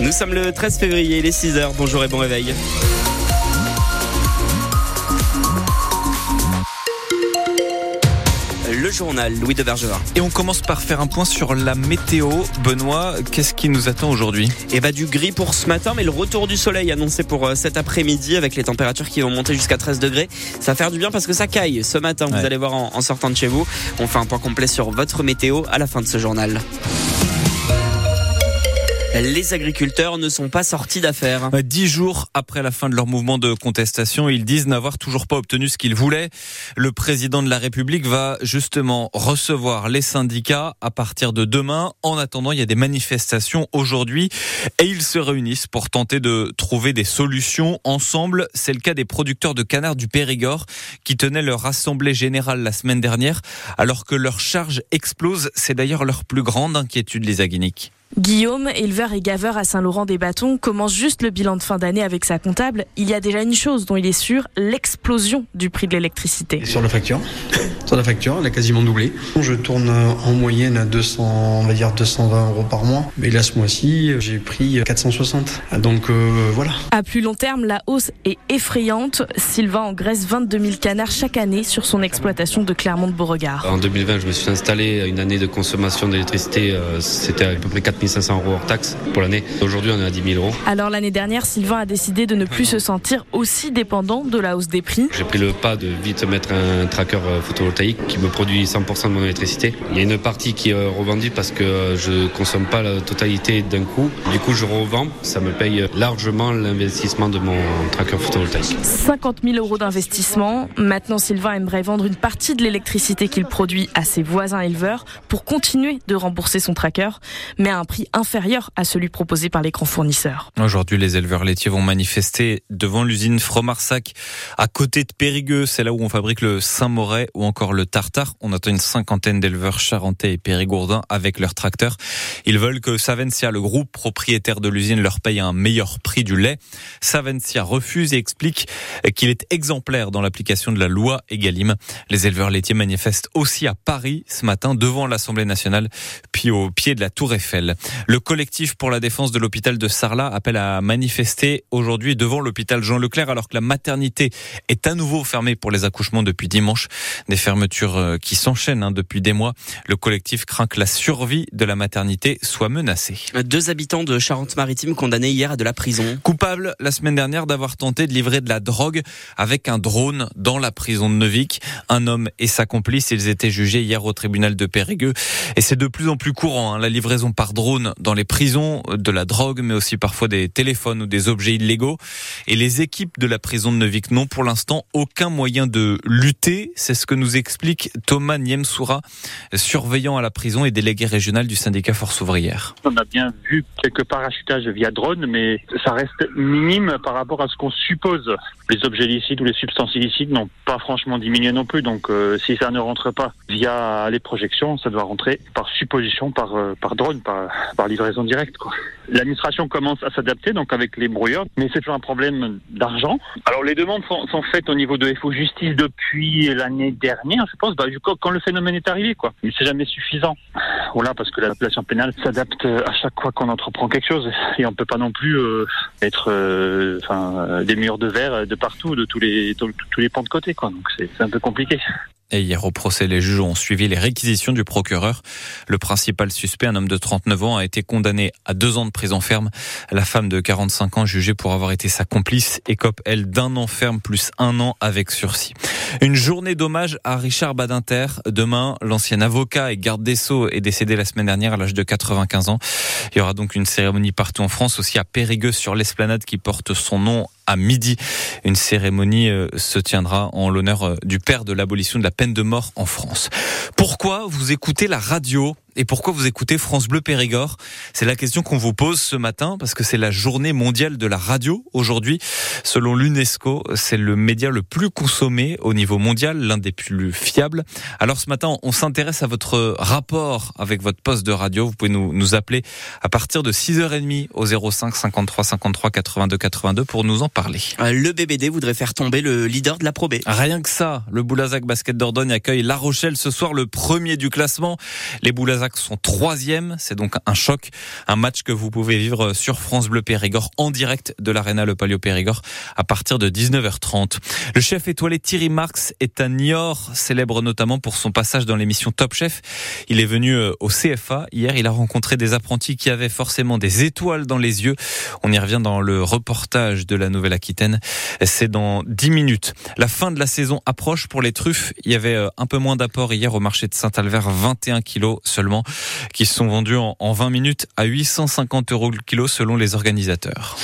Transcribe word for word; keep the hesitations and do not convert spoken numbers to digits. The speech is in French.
Nous sommes le treize février, il est six heures. Bonjour et bon réveil. Le journal, Louis de Bergevin. Et on commence par faire un point sur la météo. Benoît, qu'est-ce qui nous attend aujourd'hui ? Et bah du gris pour ce matin, mais le retour du soleil annoncé pour cet après-midi avec les températures qui vont monter jusqu'à treize degrés. Ça va faire du bien parce que ça caille ce matin, vous ouais. allez voir en, en sortant de chez vous. On fait un point complet sur votre météo à la fin de ce journal. Les agriculteurs ne sont pas sortis d'affaires. Dix jours après la fin de leur mouvement de contestation, ils disent n'avoir toujours pas obtenu ce qu'ils voulaient. Le président de la République va justement recevoir les syndicats à partir de demain. En attendant, il y a des manifestations aujourd'hui et ils se réunissent pour tenter de trouver des solutions ensemble. C'est le cas des producteurs de canards du Périgord qui tenaient leur assemblée générale la semaine dernière alors que leur charge explose. C'est d'ailleurs leur plus grande inquiétude, Lisa Guinic. Guillaume, éleveur et gaveur à Saint-Laurent-des-Bâtons, commence juste le bilan de fin d'année avec sa comptable. Il y a déjà une chose dont il est sûr, l'explosion du prix de l'électricité. Et sur la facture, sur la facture, elle a quasiment doublé. Je tourne en moyenne à deux cents, on va dire deux cent vingt euros par mois. Mais là, ce mois-ci, j'ai pris quatre cent soixante. Donc euh, voilà. À plus long terme, la hausse est effrayante. Sylvain engraisse vingt-deux mille canards chaque année sur son exploitation de Clermont-de-Beauregard. En deux mille vingt, je me suis installé à une année de consommation d'électricité. Euh, c'était à peu près quatre mille cinq cents euros hors taxe pour l'année. Aujourd'hui, on est à dix mille euros. Alors l'année dernière, Sylvain a décidé de ne plus se sentir aussi dépendant de la hausse des prix. J'ai pris le pas de vite mettre un tracker photovoltaïque qui me produit cent pour cent de mon électricité. Il y a une partie qui est revendue parce que je ne consomme pas la totalité d'un coup. Du coup, je revends. Ça me paye largement l'investissement de mon tracker photovoltaïque. cinquante mille euros d'investissement. Maintenant, Sylvain aimerait vendre une partie de l'électricité qu'il produit à ses voisins éleveurs pour continuer de rembourser son tracker, mais à un prix inférieur à celui proposé par les grands fournisseurs. Aujourd'hui, les éleveurs laitiers vont manifester devant l'usine Fromarsac à côté de Périgueux. C'est là où on fabrique le Saint-Moret ou encore le Tartare. On attend une cinquantaine d'éleveurs charentais et périgourdins avec leurs tracteurs. Ils veulent que Savencia, le groupe propriétaire de l'usine, leur paye un meilleur prix du lait. Savencia refuse et explique qu'il est exemplaire dans l'application de la loi Egalim. Les éleveurs laitiers manifestent aussi à Paris ce matin devant l'Assemblée nationale, puis au pied de la Tour Eiffel. Le collectif pour la défense de l'hôpital de Sarlat appelle à manifester aujourd'hui devant l'hôpital Jean Leclerc alors que la maternité est à nouveau fermée pour les accouchements depuis dimanche. Des fermetures qui s'enchaînent hein, depuis des mois. Le collectif craint que la survie de la maternité soit menacée. Deux habitants de Charente-Maritime condamnés hier à de la prison. Coupables la semaine dernière d'avoir tenté de livrer de la drogue avec un drone dans la prison de Neuvic. Un homme et sa complice, ils étaient jugés hier au tribunal de Périgueux. Et c'est de plus en plus courant, hein, la livraison par drone dans les prisons, de la drogue, mais aussi parfois des téléphones ou des objets illégaux. Et les équipes de la prison de Neuvic n'ont pour l'instant aucun moyen de lutter. C'est ce que nous explique Thomas Niemsoura, surveillant à la prison et délégué régional du syndicat Force ouvrière. On a bien vu quelques parachutages via drone, mais ça reste minime par rapport à ce qu'on suppose. Les objets illicites ou les substances illicites n'ont pas franchement diminué non plus, donc euh, si ça ne rentre pas via les projections, ça doit rentrer par supposition, par, euh, par drone, par, par livraison directe, quoi. L'administration commence à s'adapter, donc avec les brouilleurs, mais c'est toujours un problème d'argent. Alors les demandes sont, sont faites au niveau de F O Justice depuis l'année dernière, je pense, bah, quand le phénomène est arrivé, quoi. Mais c'est jamais suffisant. Voilà, parce que la population pénale s'adapte à chaque fois qu'on entreprend quelque chose, et on peut pas non plus euh, être, euh, enfin, des murs de verre de partout, de tous les, de, de, tous les pans de côté, quoi. Donc c'est, c'est un peu compliqué. Et hier au procès, les juges ont suivi les réquisitions du procureur. Le principal suspect, un homme de trente-neuf ans, a été condamné à deux ans de prison ferme. La femme de quarante-cinq ans, jugée pour avoir été sa complice, écope, elle, d'un an ferme plus un an avec sursis. Une journée d'hommage à Richard Badinter. Demain, l'ancien avocat et garde des Sceaux est décédé la semaine dernière à l'âge de quatre-vingt-quinze ans. Il y aura donc une cérémonie partout en France, aussi à Périgueux sur l'esplanade qui porte son nom à midi. Une cérémonie euh, se tiendra en l'honneur euh, du père de l'abolition de la peine de mort en France. Pourquoi vous écoutez la radio ? Et pourquoi vous écoutez France Bleu Périgord ? C'est la question qu'on vous pose ce matin parce que c'est la journée mondiale de la radio aujourd'hui. Selon l'UNESCO, c'est le média le plus consommé au niveau mondial, l'un des plus fiables. Alors ce matin, on s'intéresse à votre rapport avec votre poste de radio. Vous pouvez nous, nous appeler à partir de six heures trente au zéro cinq cinquante-trois cinquante-trois quatre-vingt-deux quatre-vingt-deux pour nous en parler. Le B B D voudrait faire tomber le leader de la Pro B. Rien que ça, le Boulazac Basket Dordogne accueille La Rochelle ce soir, le premier du classement. Les Boulazac Larzac sont troisième. C'est donc un choc. Un match que vous pouvez vivre sur France Bleu Périgord en direct de l'Arena Le Palio Périgord à partir de dix-neuf heures trente. Le chef étoilé Thierry Marx est à Niort, célèbre notamment pour son passage dans l'émission Top Chef. Il est venu au C F A. Hier, il a rencontré des apprentis qui avaient forcément des étoiles dans les yeux. On y revient dans le reportage de la Nouvelle-Aquitaine. C'est dans dix minutes. La fin de la saison approche pour les truffes. Il y avait un peu moins d'apport hier au marché de Saint-Albert, vingt et un kilos seulement, qui se sont vendus en vingt minutes à huit cent cinquante euros le kilo selon les organisateurs.